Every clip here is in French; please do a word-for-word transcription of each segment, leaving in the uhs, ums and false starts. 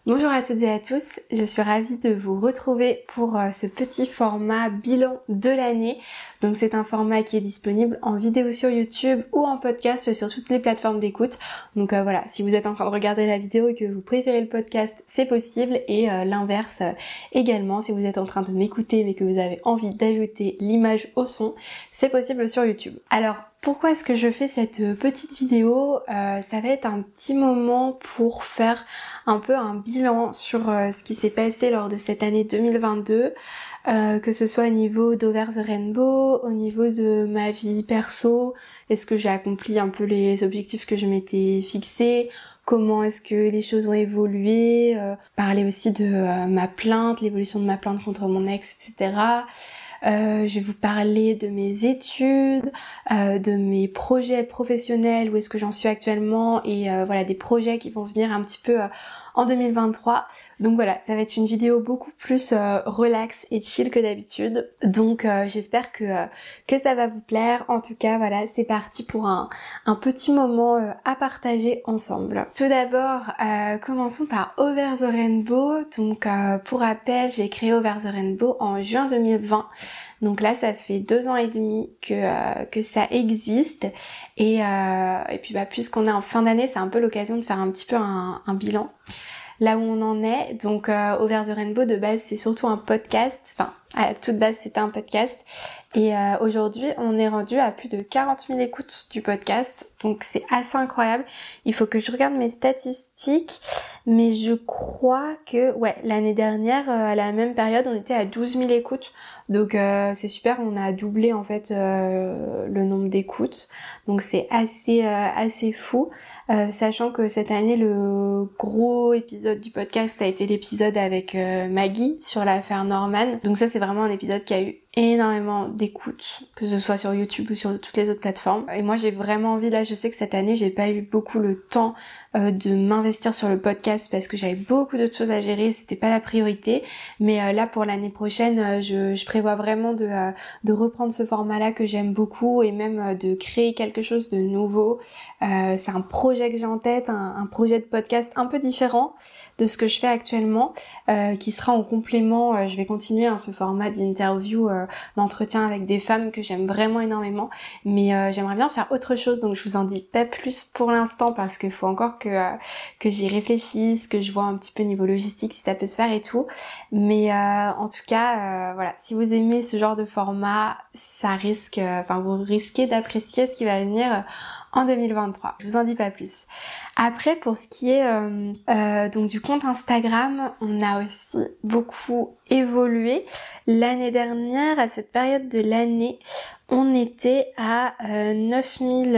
Bonjour à toutes et à tous, je suis ravie de vous retrouver pour euh, ce petit format bilan de l'année. Donc c'est un format qui est disponible en vidéo sur YouTube ou en podcast sur toutes les plateformes d'écoute. Donc euh, voilà, si vous êtes en train de regarder la vidéo et que vous préférez le podcast, c'est possible. Et euh, l'inverse euh, également, si vous êtes en train de m'écouter mais que vous avez envie d'ajouter l'image au son, c'est possible sur YouTube. Alors, pourquoi est-ce que je fais cette petite vidéo ? euh, Ça va être un petit moment pour faire un peu un bilan sur euh, ce qui s'est passé lors de cette année deux mille vingt-deux, euh, que ce soit au niveau d'Over the Rainbow, au niveau de ma vie perso, est-ce que j'ai accompli un peu les objectifs que je m'étais fixés, comment est-ce que les choses ont évolué, euh, parler aussi de euh, ma plainte, l'évolution de ma plainte contre mon ex, et cetera. Euh, je vais vous parler de mes études, euh, de mes projets professionnels, où est-ce que j'en suis actuellement et euh, voilà des projets qui vont venir un petit peu euh, en deux mille vingt-trois. Donc voilà, ça va être une vidéo beaucoup plus euh, relax et chill que d'habitude. Donc euh, j'espère que euh, que ça va vous plaire. En tout cas, voilà, c'est parti pour un, un petit moment euh, à partager ensemble. Tout d'abord, euh, commençons par Over the Rainbow. Donc euh, pour rappel, j'ai créé Over the Rainbow en juin deux mille vingt. Donc là, ça fait deux ans et demi que euh, que ça existe. Et euh, et puis bah puisqu'on est en fin d'année, c'est un peu l'occasion de faire un petit peu un, un bilan. Là où on en est, donc euh, Over the Rainbow de base c'est surtout un podcast, enfin à toute base c'était un podcast et euh, aujourd'hui on est rendu à plus de quarante mille écoutes du podcast, donc c'est assez incroyable. Il faut que je regarde mes statistiques, mais je crois que ouais l'année dernière euh, à la même période on était à douze mille écoutes, donc euh, c'est super, on a doublé en fait euh, le nombre d'écoutes, donc c'est assez euh, assez fou. Euh, sachant que cette année le gros épisode du podcast a été l'épisode avec euh, Maggie sur l'affaire Norman. Donc ça c'est vraiment un épisode qui a eu énormément d'écoutes, que ce soit sur YouTube ou sur toutes les autres plateformes. Et moi j'ai vraiment envie, là je sais que cette année j'ai pas eu beaucoup le temps euh, de m'investir sur le podcast parce que j'avais beaucoup d'autres choses à gérer, c'était pas la priorité. Mais euh, là pour l'année prochaine euh, je, je prévois vraiment de, euh, de reprendre ce format là que j'aime beaucoup et même euh, de créer quelque chose de nouveau. Euh, c'est un projet que j'ai en tête, un, un projet de podcast un peu différent de ce que je fais actuellement, euh, qui sera en complément. Euh, je vais continuer hein, ce format d'interview, euh, d'entretien avec des femmes que j'aime vraiment énormément, mais euh, j'aimerais bien faire autre chose, donc je vous en dis pas plus pour l'instant parce qu'il faut encore que euh, que j'y réfléchisse, que je vois un petit peu niveau logistique si ça peut se faire et tout. Mais euh, en tout cas, euh, voilà, si vous aimez ce genre de format, ça risque, enfin euh, vous risquez d'apprécier ce qui va venir euh, en deux mille vingt-trois. Je vous en dis pas plus. Après, pour ce qui est euh, euh, donc du compte Instagram, on a aussi beaucoup évolué. L'année dernière, à cette période de l'année, on était à euh, neuf mille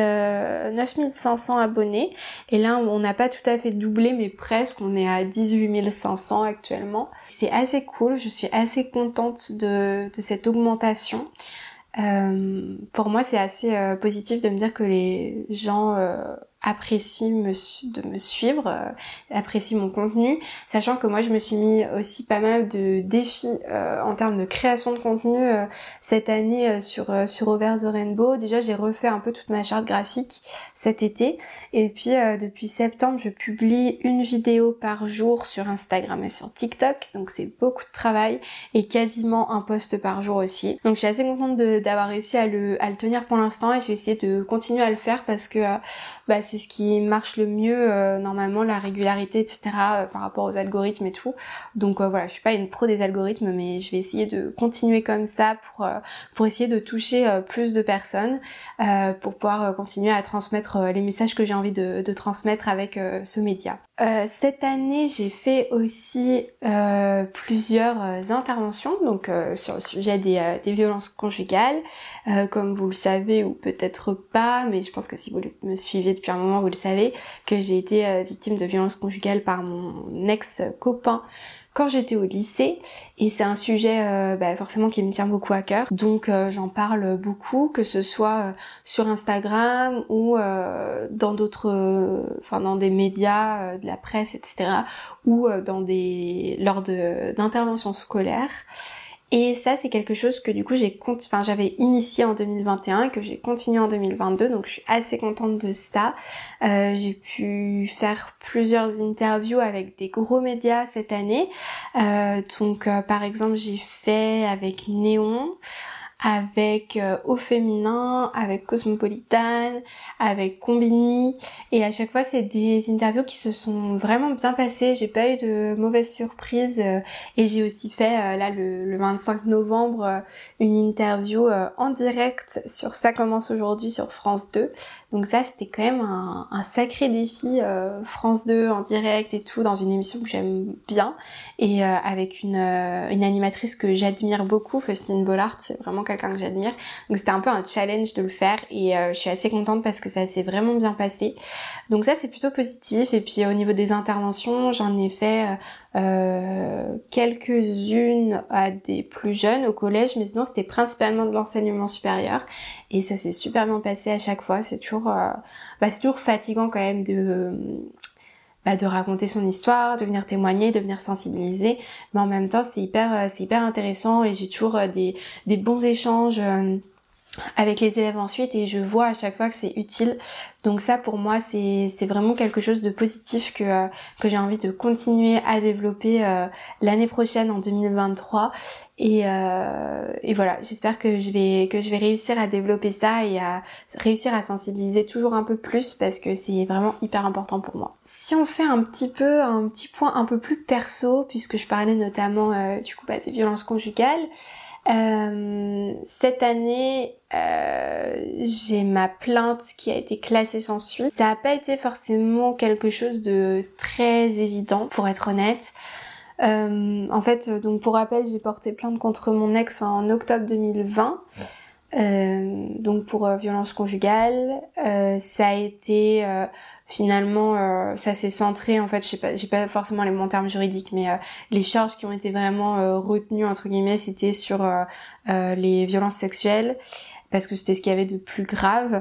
cinq cents abonnés. Et là, on n'a pas tout à fait doublé, mais presque. On est à dix-huit mille cinq cents actuellement. C'est assez cool. Je suis assez contente de, de cette augmentation. Euh, pour moi, c'est assez euh, positif de me dire que les gens euh, apprécient me su- de me suivre, euh, apprécient mon contenu, sachant que moi je me suis mis aussi pas mal de défis euh, en termes de création de contenu euh, cette année euh, sur euh, sur Over the Rainbow. Déjà j'ai refait un peu toute ma charte graphique cet été, et puis euh, depuis septembre je publie une vidéo par jour sur Instagram et sur TikTok, donc c'est beaucoup de travail, et quasiment un post par jour aussi. Donc je suis assez contente de, d'avoir réussi à le, à le tenir pour l'instant, et je vais essayer de continuer à le faire parce que euh, bah, c'est ce qui marche le mieux, euh, normalement, la régularité, et cetera, euh, par rapport aux algorithmes et tout. Donc euh, voilà, je suis pas une pro des algorithmes, mais je vais essayer de continuer comme ça pour euh, pour essayer de toucher euh, plus de personnes, euh, pour pouvoir euh, continuer à transmettre euh, les messages que j'ai envie de, de transmettre avec euh, ce média. Euh, cette année, j'ai fait aussi euh, plusieurs euh, interventions, donc euh, sur le sujet des, euh, des violences conjugales. Euh, comme vous le savez ou peut-être pas, mais je pense que si vous me suivez depuis un moment, vous le savez, que j'ai été euh, victime de violences conjugales par mon ex-copain quand j'étais au lycée, et c'est un sujet euh, bah, forcément qui me tient beaucoup à cœur, donc euh, j'en parle beaucoup, que ce soit euh, sur Instagram ou euh, dans d'autres, enfin euh, dans des médias, euh, de la presse, et cetera, ou euh, dans des lors de d'interventions scolaires. Et ça, c'est quelque chose que du coup j'ai cont... enfin, j'avais initié en deux mille vingt et un, que j'ai continué en deux mille vingt-deux, donc je suis assez contente de ça. Euh, j'ai pu faire plusieurs interviews avec des gros médias cette année. Euh, donc euh, par exemple, j'ai fait avec Néon, avec euh, Au Féminin, avec Cosmopolitan, avec Combini, et à chaque fois c'est des interviews qui se sont vraiment bien passées, j'ai pas eu de mauvaises surprises, euh, et j'ai aussi fait euh, là le, le vingt-cinq novembre euh, une interview euh, en direct sur Ça commence aujourd'hui sur France deux, donc ça c'était quand même un, un sacré défi, euh, France deux en direct et tout, dans une émission que j'aime bien, et euh, avec une, euh, une animatrice que j'admire beaucoup, Faustine Bollard, c'est vraiment quelqu'un que j'admire, donc c'était un peu un challenge de le faire, et euh, je suis assez contente parce que ça s'est vraiment bien passé, donc ça c'est plutôt positif. Et puis au niveau des interventions, j'en ai fait euh, euh, quelques-unes à des plus jeunes au collège, mais sinon c'était principalement de l'enseignement supérieur, et ça s'est super bien passé à chaque fois. C'est toujours euh, bah, c'est toujours fatigant quand même de Bah, de raconter son histoire, de venir témoigner, de venir sensibiliser, mais en même temps c'est hyper euh, c'est hyper intéressant, et j'ai toujours euh, des des bons échanges euh, avec les élèves ensuite, et je vois à chaque fois que c'est utile. Donc ça pour moi c'est c'est vraiment quelque chose de positif que euh, que j'ai envie de continuer à développer euh, l'année prochaine en deux mille vingt-trois, et euh, et voilà, j'espère que je vais que je vais réussir à développer ça et à réussir à sensibiliser toujours un peu plus, parce que c'est vraiment hyper important pour moi. Si on fait un petit peu un petit point un peu plus perso, puisque je parlais notamment euh, du coup bah, des violences conjugales, Euh, cette année, euh, j'ai ma plainte qui a été classée sans suite. Ça n'a pas été forcément quelque chose de très évident, pour être honnête. Euh, en fait, donc pour rappel, j'ai porté plainte contre mon ex en octobre deux mille vingt. Euh, donc pour euh, violence conjugale, euh, ça a été euh, finalement euh, ça s'est centré, en fait, je sais pas, j'ai pas forcément les bons termes juridiques, mais euh, les charges qui ont été vraiment euh, retenues entre guillemets, c'était sur euh, euh, les violences sexuelles, parce que c'était ce qu'il y avait de plus grave.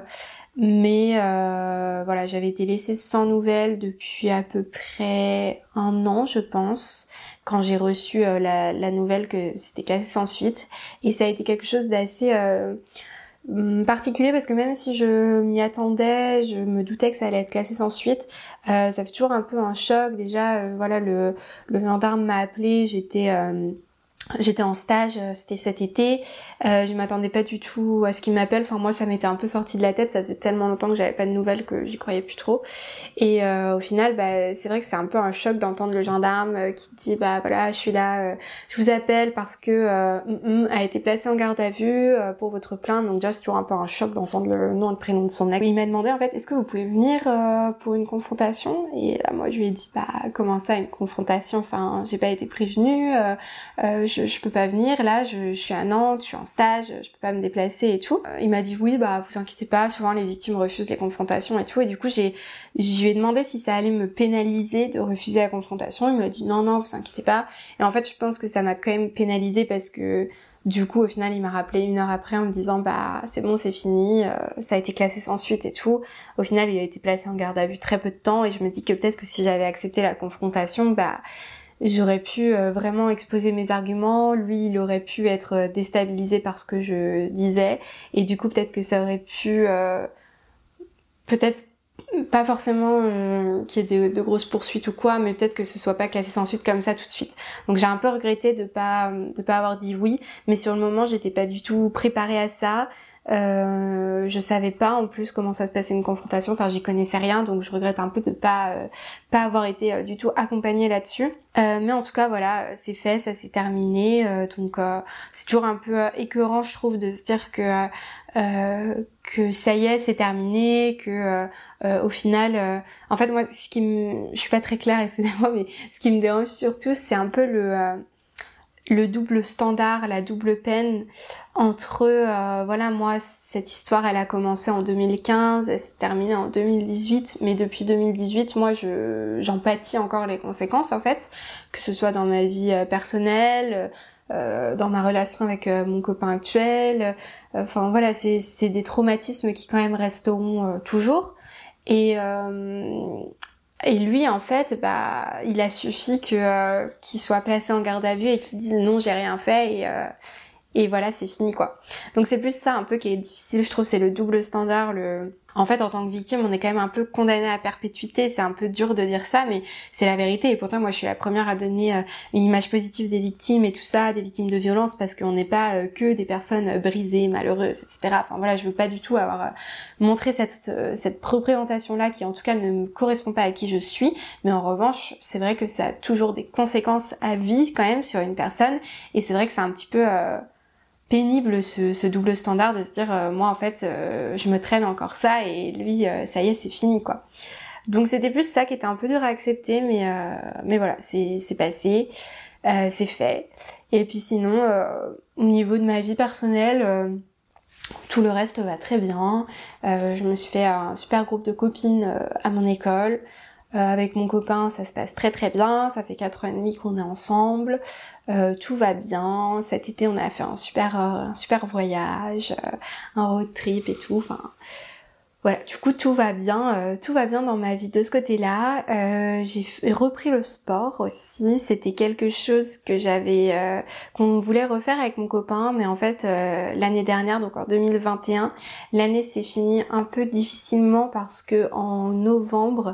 Mais euh, voilà, j'avais été laissée sans nouvelles depuis à peu près un an, je pense, quand j'ai reçu euh, la, la nouvelle que c'était classé sans suite. Et ça a été quelque chose d'assez euh, particulier, parce que même si je m'y attendais, je me doutais que ça allait être classé sans suite, euh, ça fait toujours un peu un choc. Déjà, euh, voilà, le, le gendarme m'a appelé, j'étais... Euh, J'étais en stage, c'était cet été, euh, je m'attendais pas du tout à ce qu'il m'appelle, enfin moi ça m'était un peu sorti de la tête, ça faisait tellement longtemps que j'avais pas de nouvelles que j'y croyais plus trop. Et euh, au final, bah, c'est vrai que c'est un peu un choc d'entendre le gendarme euh, qui dit bah voilà, je suis là, euh, je vous appelle parce que euh, mm, mm, a été placé en garde à vue euh, pour votre plainte, donc déjà c'est toujours un peu un choc d'entendre le nom et le prénom de son ex. Il m'a demandé en fait, est-ce que vous pouvez venir euh, pour une confrontation, et là moi je lui ai dit bah comment ça une confrontation, enfin j'ai pas été prévenue, euh, euh, je Je, je peux pas venir, là je, je suis à Nantes, je suis en stage, je peux pas me déplacer et tout. Il m'a dit oui, bah vous inquiétez pas, souvent les victimes refusent les confrontations et tout, et du coup j'ai je lui ai demandé si ça allait me pénaliser de refuser la confrontation. Il m'a dit non non, vous inquiétez pas. Et en fait je pense que ça m'a quand même pénalisé, parce que du coup au final il m'a rappelé une heure après en me disant bah c'est bon, c'est fini, euh, ça a été classé sans suite et tout. Au final il a été placé en garde à vue très peu de temps, et je me dis que peut-être que si j'avais accepté la confrontation, bah j'aurais pu euh, vraiment exposer mes arguments, lui il aurait pu être déstabilisé par ce que je disais, et du coup peut-être que ça aurait pu euh, peut-être pas forcément euh, qu'il y ait de, de grosses poursuites ou quoi, mais peut-être que ce soit pas classé sans suite comme ça tout de suite. Donc j'ai un peu regretté de pas de pas avoir dit oui, mais sur le moment j'étais pas du tout préparée à ça. Euh, je savais pas en plus comment ça se passait une confrontation, enfin j'y connaissais rien, donc je regrette un peu de pas euh, pas avoir été euh, du tout accompagnée là-dessus. Euh, mais en tout cas voilà, c'est fait, ça s'est terminé, euh, donc euh, c'est toujours un peu euh, écœurant je trouve de se dire que euh, que ça y est c'est terminé, que euh, euh, au final, euh, en fait moi ce qui me, je suis pas très claire excusez-moi, mais ce qui me dérange surtout c'est un peu le euh, le double standard, la double peine entre, euh, voilà, moi, cette histoire, elle a commencé en deux mille quinze, elle s'est terminée en deux mille dix-huit, mais depuis deux mille dix-huit, moi, je, j'en pâtis encore les conséquences, en fait, que ce soit dans ma vie euh, personnelle, euh, dans ma relation avec euh, mon copain actuel, euh, enfin, voilà, c'est, c'est des traumatismes qui, quand même, resteront euh, toujours, et... Euh, Et lui, en fait, bah, il a suffi que euh, qu'il soit placé en garde à vue et qu'il dise non, j'ai rien fait et euh, et voilà, c'est fini quoi. Donc c'est plus ça un peu qui est difficile, je trouve, c'est le double standard. Le en fait, en tant que victime, on est quand même un peu condamné à perpétuité. C'est un peu dur de dire ça, mais c'est la vérité. Et pourtant, moi, je suis la première à donner euh, une image positive des victimes et tout ça, des victimes de violence, parce qu'on n'est pas euh, que des personnes euh, brisées, malheureuses, et cetera. Enfin voilà, je veux pas du tout avoir euh, montré cette euh, cette représentation-là qui, en tout cas, ne me correspond pas à qui je suis. Mais en revanche, c'est vrai que ça a toujours des conséquences à vie quand même sur une personne. Et c'est vrai que c'est un petit peu euh, pénible ce, ce double standard de se dire euh, moi en fait euh, je me traîne encore ça et lui euh, ça y est c'est fini quoi. Donc c'était plus ça qui était un peu dur à accepter mais euh, mais voilà c'est c'est passé, euh, c'est fait. Et puis sinon euh, au niveau de ma vie personnelle euh, tout le reste va très bien. Euh, je me suis fait un super groupe de copines euh, à mon école. Euh, avec mon copain, ça se passe très très bien. Ça fait quatre ans et demi qu'on est ensemble. Euh, tout va bien. Cet été, on a fait un super euh, un super voyage, euh, un road trip et tout. Enfin, voilà. Du coup, tout va bien. Euh, tout va bien dans ma vie de ce côté-là. Euh, j'ai f- repris le sport aussi. C'était quelque chose que j'avais, euh, qu'on voulait refaire avec mon copain, mais en fait, euh, l'année dernière, donc en deux mille vingt et un, l'année s'est finie un peu difficilement parce que en novembre.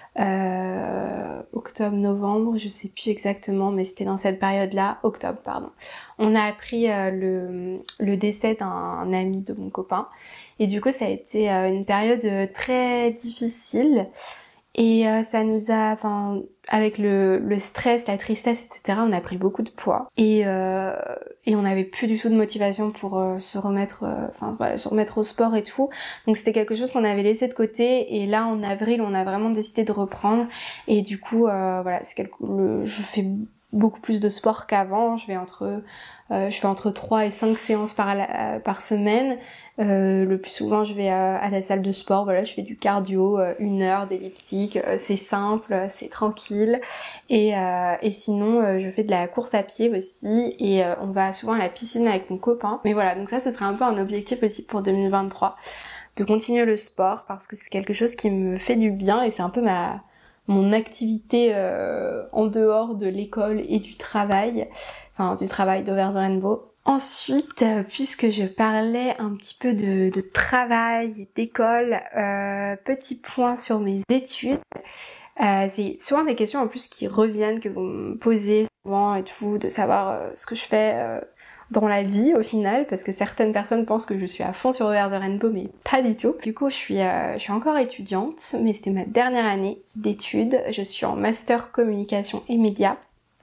Euh, octobre-novembre, je sais plus exactement, mais c'était dans cette période-là, octobre, pardon. On a appris euh, le, le décès d'un ami de mon copain. Et du coup, ça a été euh, une période euh, très difficile. Et euh, ça nous a, enfin, avec le, le stress, la tristesse, et cetera, on a pris beaucoup de poids. Et, euh, et on n'avait plus du tout de motivation pour euh, se remettre, euh, enfin voilà, se remettre au sport et tout. Donc c'était quelque chose qu'on avait laissé de côté. Et là, en avril, on a vraiment décidé de reprendre. Et du coup, euh, voilà, c'est quelque, le, je fais beaucoup plus de sport qu'avant. Je vais entre Euh, je fais entre trois et cinq séances par, la, par semaine. Euh, le plus souvent, je vais à, à la salle de sport. Voilà, je fais du cardio, euh, une heure d'elliptique. Euh, c'est simple, c'est tranquille. Et, euh, et sinon, euh, je fais de la course à pied aussi. Et euh, on va souvent à la piscine avec mon copain. Mais voilà, donc ça, ce serait un peu un objectif aussi pour deux mille vingt-trois. De continuer le sport parce que c'est quelque chose qui me fait du bien et c'est un peu ma mon activité euh, en dehors de l'école et du travail, enfin du travail d'Over the Rainbow. Ensuite, euh, puisque je parlais un petit peu de, de travail et d'école, euh, petit point sur mes études. Euh, c'est souvent des questions en plus qui reviennent, que vous me posez souvent et tout, de savoir euh, ce que je fais euh, dans la vie au final, parce que certaines personnes pensent que je suis à fond sur Over the Rainbow, mais pas du tout. Du coup, je suis, euh, je suis encore étudiante, mais c'était ma dernière année d'études. Je suis en master communication et médias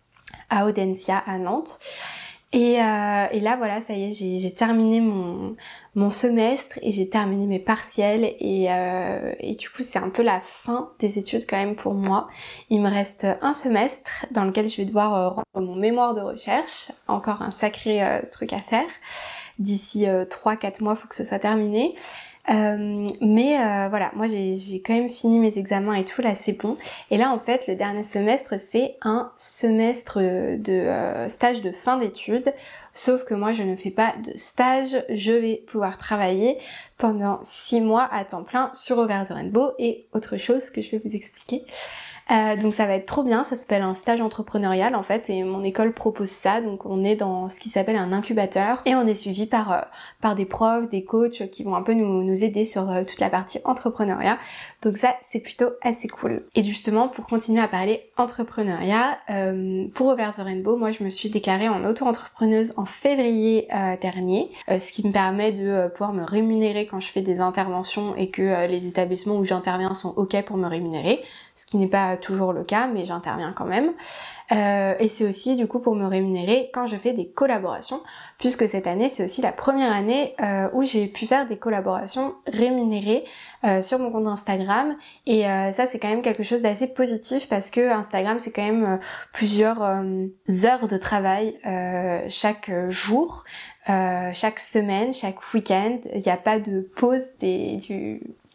à Audencia à Nantes. Et, euh, et là voilà, ça y est, j'ai, j'ai terminé mon, mon semestre et j'ai terminé mes partiels et, euh, et du coup c'est un peu la fin des études quand même pour moi. Il me reste un semestre dans lequel je vais devoir euh, rendre mon mémoire de recherche, encore un sacré euh, truc à faire. D'ici euh, trois quatre mois, il faut que ce soit terminé. Euh, mais euh, voilà, moi j'ai, j'ai quand même fini mes examens et tout, là c'est bon. Et là en fait le dernier semestre c'est un semestre de euh, stage de fin d'études. Sauf que moi je ne fais pas de stage, je vais pouvoir travailler pendant six mois à temps plein sur Over the Rainbow et autre chose que je vais vous expliquer. Euh, donc ça va être trop bien, ça s'appelle un stage entrepreneurial en fait et mon école propose ça, donc on est dans ce qui s'appelle un incubateur et on est suivi par, euh, par des profs, des coachs qui vont un peu nous, nous aider sur euh, toute la partie entrepreneuriat, donc ça c'est plutôt assez cool. Et justement pour continuer à parler entrepreneuriat, euh, pour Over the Rainbow, moi je me suis déclarée en auto-entrepreneuse en février euh, dernier, euh, ce qui me permet de euh, pouvoir me rémunérer quand je fais des interventions et que euh, les établissements où j'interviens sont ok pour me rémunérer, ce qui n'est pas toujours le cas, mais j'interviens quand même. Euh, et c'est aussi du coup pour me rémunérer quand je fais des collaborations, puisque cette année c'est aussi la première année euh, où j'ai pu faire des collaborations rémunérées euh, sur mon compte Instagram. Et euh, ça c'est quand même quelque chose d'assez positif parce que Instagram c'est quand même euh, plusieurs euh, heures de travail euh, chaque jour, euh, chaque semaine, chaque week-end. Il n'y a pas de pause des, du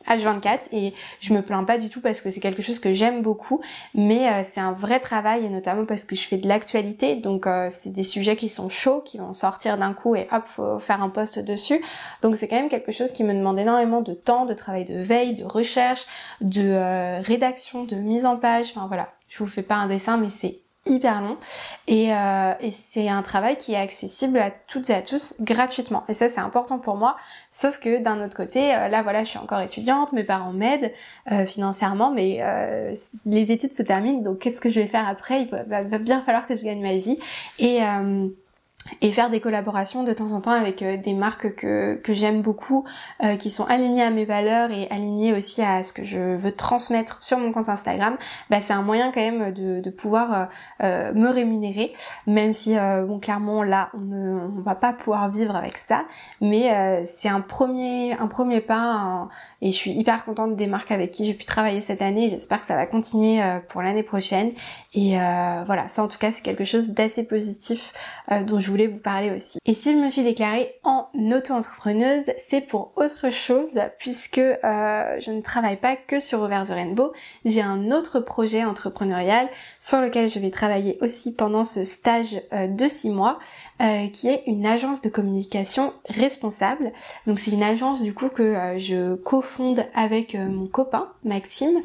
H vingt-quatre et je me plains pas du tout parce que c'est quelque chose que j'aime beaucoup, mais euh, c'est un vrai travail et notamment parce que je fais de l'actualité, donc euh, c'est des sujets qui sont chauds, qui vont sortir d'un coup et hop, faut faire un post dessus. Donc c'est quand même quelque chose qui me demande énormément de temps, de travail de veille, de recherche, de euh, rédaction, de mise en page, enfin voilà, je vous fais pas un dessin mais c'est hyper long et, euh, et c'est un travail qui est accessible à toutes et à tous gratuitement et ça c'est important pour moi, sauf que d'un autre côté euh, là voilà je suis encore étudiante, mes parents m'aident euh, financièrement mais euh, les études se terminent donc qu'est-ce que je vais faire après? Il va, va bien falloir que je gagne ma vie et euh, et faire des collaborations de temps en temps avec euh, des marques que, que j'aime beaucoup, euh, qui sont alignées à mes valeurs et alignées aussi à ce que je veux transmettre sur mon compte Instagram, bah, c'est un moyen quand même de, de pouvoir euh, euh, me rémunérer, même si euh, bon clairement là on ne on va pas pouvoir vivre avec ça, mais euh, c'est un premier un premier pas un, et je suis hyper contente des marques avec qui j'ai pu travailler cette année, j'espère que ça va continuer euh, pour l'année prochaine et euh, voilà, ça en tout cas c'est quelque chose d'assez positif euh, dont je voulais vous parler aussi. Et si je me suis déclarée en auto-entrepreneuse, c'est pour autre chose puisque euh, je ne travaille pas que sur Over the Rainbow, j'ai un autre projet entrepreneurial sur lequel je vais travailler aussi pendant ce stage euh, de six mois euh, qui est une agence de communication responsable. Donc c'est une agence du coup que euh, je cofonde avec euh, mon copain Maxime.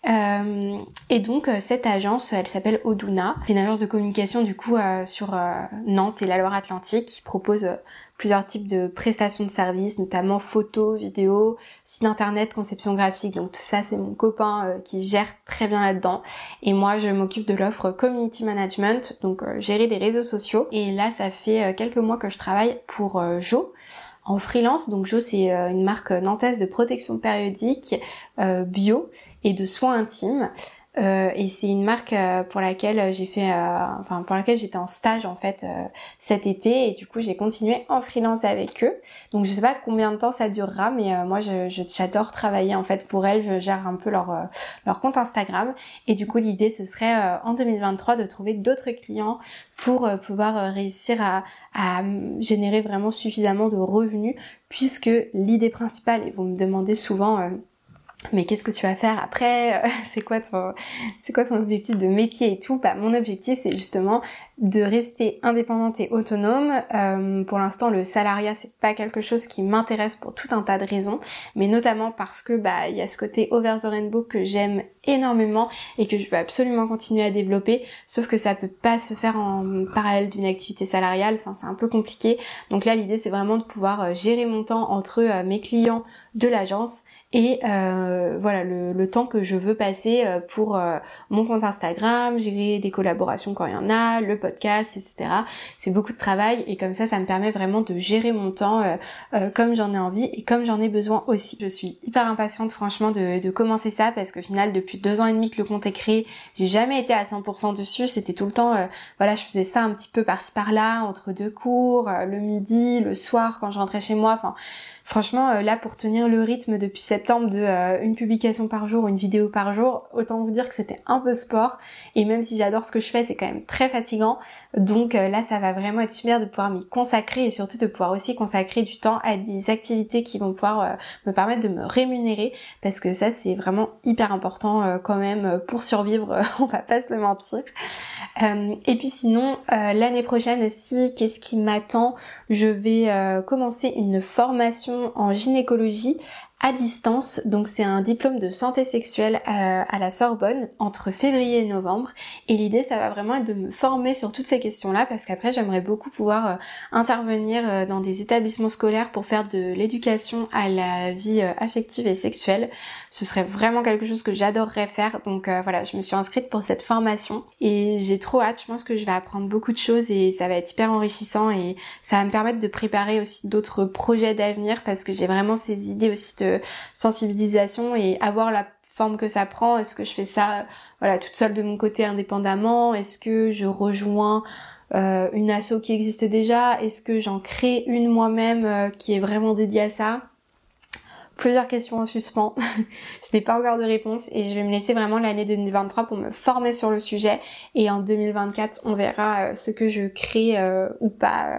Euh, et donc euh, cette agence elle s'appelle Oduna. C'est une agence de communication du coup euh, sur euh, Nantes et la Loire-Atlantique qui propose euh, plusieurs types de prestations de services, notamment photos, vidéos, site internet, conception graphique. Donc tout ça c'est mon copain euh, qui gère très bien là-dedans. Et moi je m'occupe de l'offre community management, donc euh, gérer des réseaux sociaux. Et là ça fait euh, quelques mois que je travaille pour euh, Jo en freelance. Donc Jo c'est euh, une marque nantaise de protection périodique euh, bio et de soins intimes. Euh, et c'est une marque euh, pour laquelle j'ai fait, euh, enfin pour laquelle j'étais en stage en fait euh, cet été et du coup j'ai continué en freelance avec eux. Donc je sais pas combien de temps ça durera, mais euh, moi je, je, j'adore travailler en fait pour elles. Je gère un peu leur euh, leur compte Instagram et du coup l'idée ce serait euh, en deux mille vingt-trois de trouver d'autres clients pour euh, pouvoir euh, réussir à, à générer vraiment suffisamment de revenus, puisque l'idée principale, et vous me demandez souvent euh, mais qu'est-ce que tu vas faire après? C'est quoi ton, c'est quoi ton objectif de métier et tout? Bah, mon objectif, c'est justement de rester indépendante et autonome. Euh, pour l'instant, le salariat, c'est pas quelque chose qui m'intéresse pour tout un tas de raisons, mais notamment parce que bah, il y a ce côté Over the Rainbow que j'aime énormément et que je veux absolument continuer à développer, sauf que ça peut pas se faire en parallèle d'une activité salariale. Enfin, c'est un peu compliqué. Donc là, l'idée, c'est vraiment de pouvoir gérer mon temps entre euh, mes clients de l'agence et euh, voilà le, le temps que je veux passer euh, pour euh, mon compte Instagram, gérer des collaborations quand il y en a, le podcast, et cetera. C'est beaucoup de travail et comme ça, ça me permet vraiment de gérer mon temps euh, euh, comme j'en ai envie et comme j'en ai besoin aussi. Je suis hyper impatiente franchement de, de commencer ça parce qu'au final, depuis deux ans et demi que le compte est créé, j'ai jamais été à cent pour cent dessus. C'était tout le temps, euh, voilà, je faisais ça un petit peu par-ci par-là, entre deux cours, euh, le midi, le soir quand je rentrais chez moi, enfin... Franchement, euh, là, pour tenir le rythme depuis septembre de euh, une publication par jour, une vidéo par jour, autant vous dire que c'était un peu sport. Et même si j'adore ce que je fais, c'est quand même très fatigant. Donc euh, là, ça va vraiment être super de pouvoir m'y consacrer et surtout de pouvoir aussi consacrer du temps à des activités qui vont pouvoir euh, me permettre de me rémunérer. Parce que ça, c'est vraiment hyper important euh, quand même pour survivre, euh, on va pas se le mentir. Euh, et puis sinon, euh, l'année prochaine aussi, qu'est-ce qui m'attend? Je vais euh, commencer une formation en gynécologie à distance, donc c'est un diplôme de santé sexuelle euh, à la Sorbonne entre février et novembre, et l'idée ça va vraiment être de me former sur toutes ces questions-là parce qu'après j'aimerais beaucoup pouvoir euh, intervenir euh, dans des établissements scolaires pour faire de l'éducation à la vie euh, affective et sexuelle. Ce serait vraiment quelque chose que j'adorerais faire, donc euh, voilà, je me suis inscrite pour cette formation et j'ai trop hâte. Je pense que je vais apprendre beaucoup de choses et ça va être hyper enrichissant et ça va me permettre de préparer aussi d'autres projets d'avenir parce que j'ai vraiment ces idées aussi de sensibilisation et avoir la forme que ça prend. Est-ce que je fais ça voilà toute seule de mon côté indépendamment? Est-ce que je rejoins euh, une asso qui existe déjà? Est-ce que j'en crée une moi-même euh, qui est vraiment dédiée à ça? Plusieurs questions en suspens. Je n'ai pas encore de réponse et je vais me laisser vraiment l'année deux mille vingt-trois pour me former sur le sujet et en deux mille vingt-quatre on verra euh, ce que je crée euh, ou pas euh,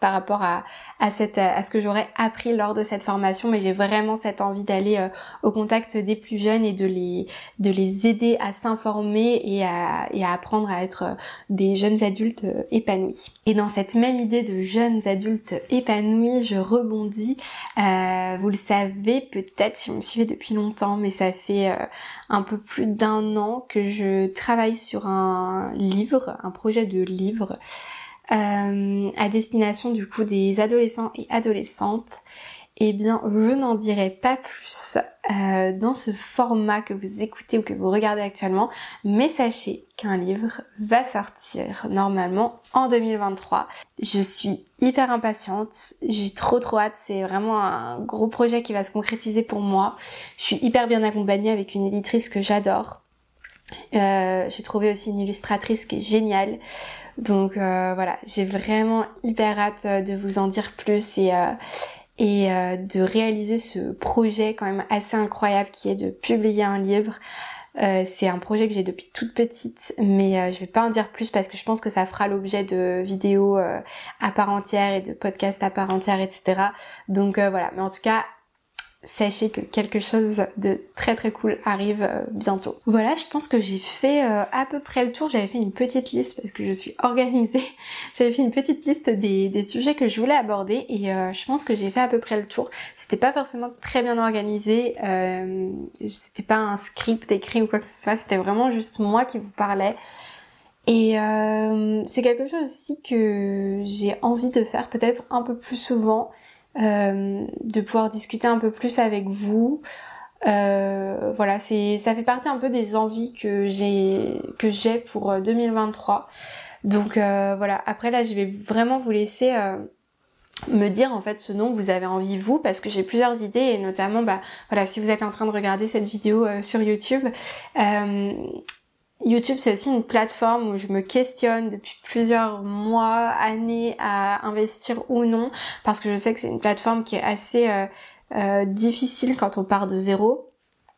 par rapport à, à, cette, à ce que j'aurais appris lors de cette formation, mais j'ai vraiment cette envie d'aller euh, au contact des plus jeunes et de les, de les aider à s'informer et à, et à apprendre à être euh, des jeunes adultes euh, épanouis. Et dans cette même idée de jeunes adultes épanouis, je rebondis. Euh, vous le savez peut-être si vous me suivez depuis longtemps, mais ça fait euh, un peu plus d'un an que je travaille sur un livre, un projet de livre euh, à destination du coup des adolescents et adolescentes. Eh bien, je n'en dirai pas plus euh, dans ce format que vous écoutez ou que vous regardez actuellement, mais sachez qu'un livre va sortir normalement en deux mille vingt-trois. Je suis hyper impatiente, j'ai trop trop hâte, c'est vraiment un gros projet qui va se concrétiser pour moi. Je suis hyper bien accompagnée avec une éditrice que j'adore. Euh, j'ai trouvé aussi une illustratrice qui est géniale. Donc euh, voilà, j'ai vraiment hyper hâte de vous en dire plus et... Euh, et euh, de réaliser ce projet quand même assez incroyable qui est de publier un livre. Euh, c'est un projet que j'ai depuis toute petite, mais euh, je vais pas en dire plus parce que je pense que ça fera l'objet de vidéos euh, à part entière et de podcasts à part entière, et cetera. Donc euh, voilà, mais en tout cas, sachez que quelque chose de très très cool arrive euh, bientôt. Voilà, je pense que j'ai fait euh, à peu près le tour. J'avais fait une petite liste parce que je suis organisée. J'avais fait une petite liste des, des sujets que je voulais aborder et euh, je pense que j'ai fait à peu près le tour. C'était pas forcément très bien organisé, euh, c'était pas un script écrit ou quoi que ce soit, c'était vraiment juste moi qui vous parlais. Et euh, c'est quelque chose aussi que j'ai envie de faire peut-être un peu plus souvent. Euh, de pouvoir discuter un peu plus avec vous. Euh, voilà, c'est ça fait partie un peu des envies que j'ai que j'ai pour deux mille vingt-trois. Donc euh, voilà, après là, je vais vraiment vous laisser euh, me dire en fait ce dont vous avez envie vous, parce que j'ai plusieurs idées et notamment bah voilà, si vous êtes en train de regarder cette vidéo euh, sur YouTube, euh, YouTube, c'est aussi une plateforme où je me questionne depuis plusieurs mois, années à investir ou non, parce que je sais que c'est une plateforme qui est assez euh, euh, difficile quand on part de zéro,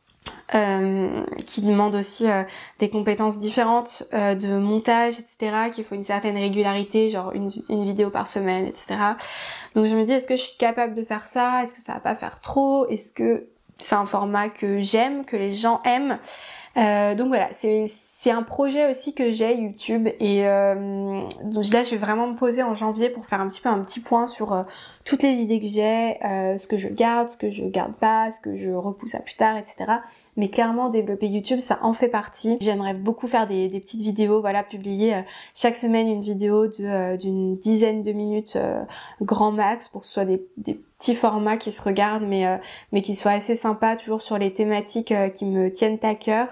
euh, qui demande aussi euh, des compétences différentes euh, de montage, et cetera, qu'il faut une certaine régularité, genre une, une vidéo par semaine, et cetera. Donc je me dis, est-ce que je suis capable de faire ça? Est-ce que ça va pas faire trop? Est-ce que c'est un format que j'aime, que les gens aiment? Euh, donc voilà, c'est c'est un projet aussi que j'ai YouTube et euh, donc là je vais vraiment me poser en janvier pour faire un petit peu un petit point sur euh, toutes les idées que j'ai, euh, ce que je garde, ce que je garde pas, ce que je repousse à plus tard, et cetera. Mais clairement développer YouTube, ça en fait partie. J'aimerais beaucoup faire des, des petites vidéos, voilà, publier euh, chaque semaine une vidéo de euh, d'une dizaine de minutes euh, grand max pour que ce soit des, des petits formats qui se regardent, mais euh, mais qui soient assez sympas, toujours sur les thématiques euh, qui me tiennent à cœur.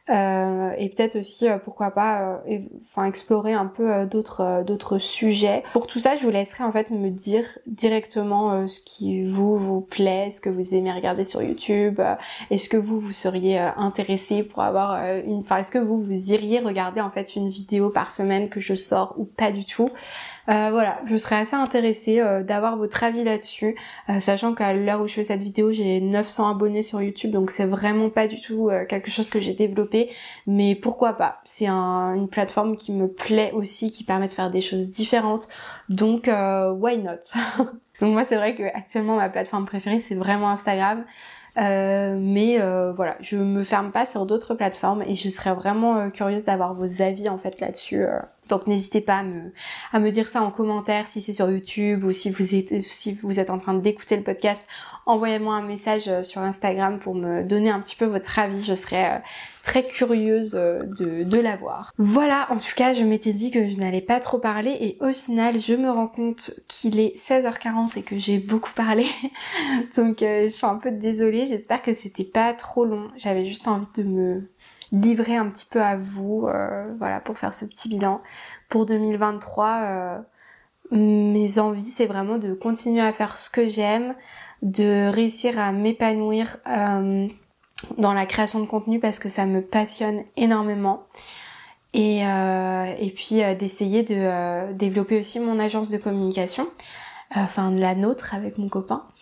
Euh, et peut-être aussi euh, pourquoi pas euh, et, enfin explorer un peu euh, d'autres euh, d'autres sujets. Pour tout ça, je vous laisserai en fait me dire directement euh, ce qui vous vous plaît, ce que vous aimez regarder sur YouTube, euh, est-ce que vous vous seriez euh, intéressé pour avoir euh, une enfin est-ce que vous vous iriez regarder en fait une vidéo par semaine que je sors ou pas du tout. Euh, voilà, je serais assez intéressée euh, d'avoir votre avis là-dessus, euh, sachant qu'à l'heure où je fais cette vidéo, j'ai neuf cents abonnés sur YouTube, donc c'est vraiment pas du tout euh, quelque chose que j'ai développé, mais pourquoi pas, c'est un, une plateforme qui me plaît aussi, qui permet de faire des choses différentes, donc euh, why not. Donc moi c'est vrai que actuellement ma plateforme préférée c'est vraiment Instagram. Euh, mais euh, voilà, je me ferme pas sur d'autres plateformes et je serais vraiment euh, curieuse d'avoir vos avis en fait là-dessus. Euh. Donc n'hésitez pas à me, à me dire ça en commentaire si c'est sur YouTube ou si vous êtes, si vous êtes en train d'écouter le podcast. Envoyez-moi un message sur Instagram pour me donner un petit peu votre avis. Je serais euh, très curieuse de, de l'avoir. Voilà, en tout cas, je m'étais dit que je n'allais pas trop parler et au final, je me rends compte qu'il est seize heures quarante et que j'ai beaucoup parlé. Donc euh, je suis un peu désolée. J'espère que c'était pas trop long. J'avais juste envie de me livrer un petit peu à vous, euh, voilà, pour faire ce petit bilan. Pour deux mille vingt-trois, euh, mes envies, c'est vraiment de continuer à faire ce que j'aime, de réussir à m'épanouir euh, dans la création de contenu parce que ça me passionne énormément. Et, euh, et puis euh, d'essayer de euh, développer aussi mon agence de communication, euh, enfin de la nôtre avec mon copain.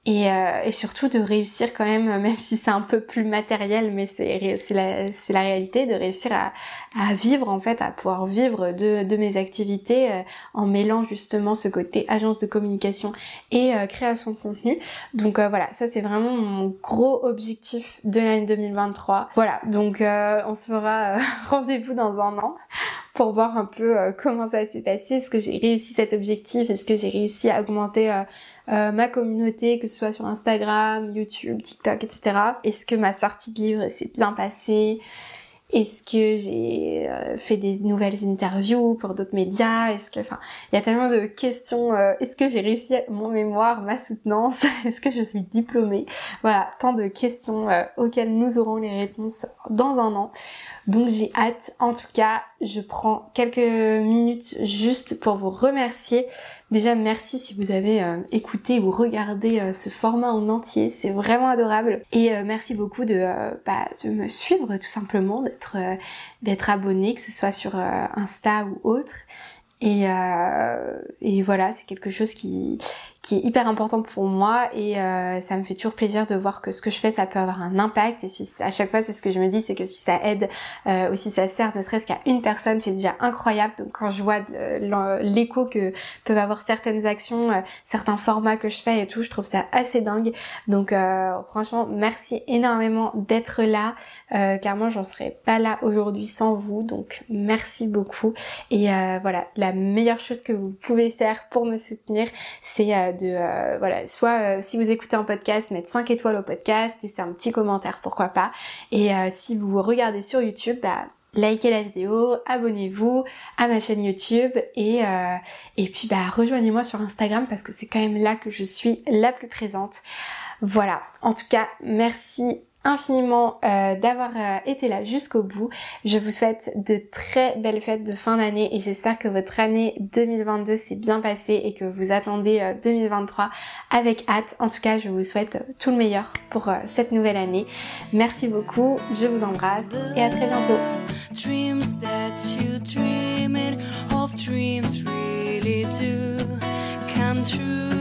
et, euh, et surtout de réussir quand même, même si c'est un peu plus matériel, mais c'est, c'est, la, c'est la réalité, de réussir à, à vivre en fait, à pouvoir vivre de, de mes activités euh, en mêlant justement ce côté agence de communication et euh, création de contenu. Donc euh, voilà, ça c'est vraiment mon gros objectif de l'année deux mille vingt-trois. Voilà, donc euh, on se fera euh, rendez-vous dans un an pour voir un peu euh, comment ça s'est passé, est-ce que j'ai réussi cet objectif, est-ce que j'ai réussi à augmenter euh, euh, ma communauté, que ce soit sur Instagram, YouTube, TikTok, et cetera. Est-ce que ma sortie de livre s'est bien passée? Est-ce que j'ai euh, fait des nouvelles interviews pour d'autres médias? Est-ce que, enfin, il y a tellement de questions. Euh, est-ce que j'ai réussi mon mémoire, ma soutenance? Est-ce que je suis diplômée? Voilà, tant de questions euh, auxquelles nous aurons les réponses dans un an. Donc j'ai hâte. En tout cas, je prends quelques minutes juste pour vous remercier. Déjà, merci si vous avez euh, écouté ou regardé euh, ce format en entier, c'est vraiment adorable. Et euh, merci beaucoup de, euh, bah, de me suivre tout simplement, d'être, euh, d'être abonné, que ce soit sur euh, Insta ou autre. Et, euh, et voilà, c'est quelque chose qui, qui est hyper important pour moi et euh, ça me fait toujours plaisir de voir que ce que je fais, ça peut avoir un impact. Et si à chaque fois, c'est ce que je me dis, c'est que si ça aide euh, ou si ça sert ne serait-ce qu'à une personne, c'est déjà incroyable. Donc quand je vois euh, l'écho que peuvent avoir certaines actions, euh, certains formats que je fais et tout, je trouve ça assez dingue. Donc euh, franchement, merci énormément d'être là, euh, car moi, j'en serais pas là aujourd'hui sans vous. Donc merci beaucoup. Et euh, voilà, la meilleure chose que vous pouvez faire pour me soutenir, c'est euh, de euh, voilà, soit euh, si vous écoutez un podcast, mettre cinq étoiles au podcast, laisser un petit commentaire, pourquoi pas. Et euh, si vous regardez sur YouTube, bah likez la vidéo, abonnez-vous à ma chaîne YouTube et euh, et puis bah rejoignez-moi sur Instagram parce que c'est quand même là que je suis la plus présente. Voilà, en tout cas, merci infiniment euh, d'avoir euh, été là jusqu'au bout. Je vous souhaite de très belles fêtes de fin d'année et j'espère que votre année deux mille vingt-deux s'est bien passée et que vous attendez euh, deux mille vingt-trois avec hâte. En tout cas, je vous souhaite euh, tout le meilleur pour euh, cette nouvelle année. Merci beaucoup, je vous embrasse et à très bientôt. Dreams that you dreamed of, dreams really do come true.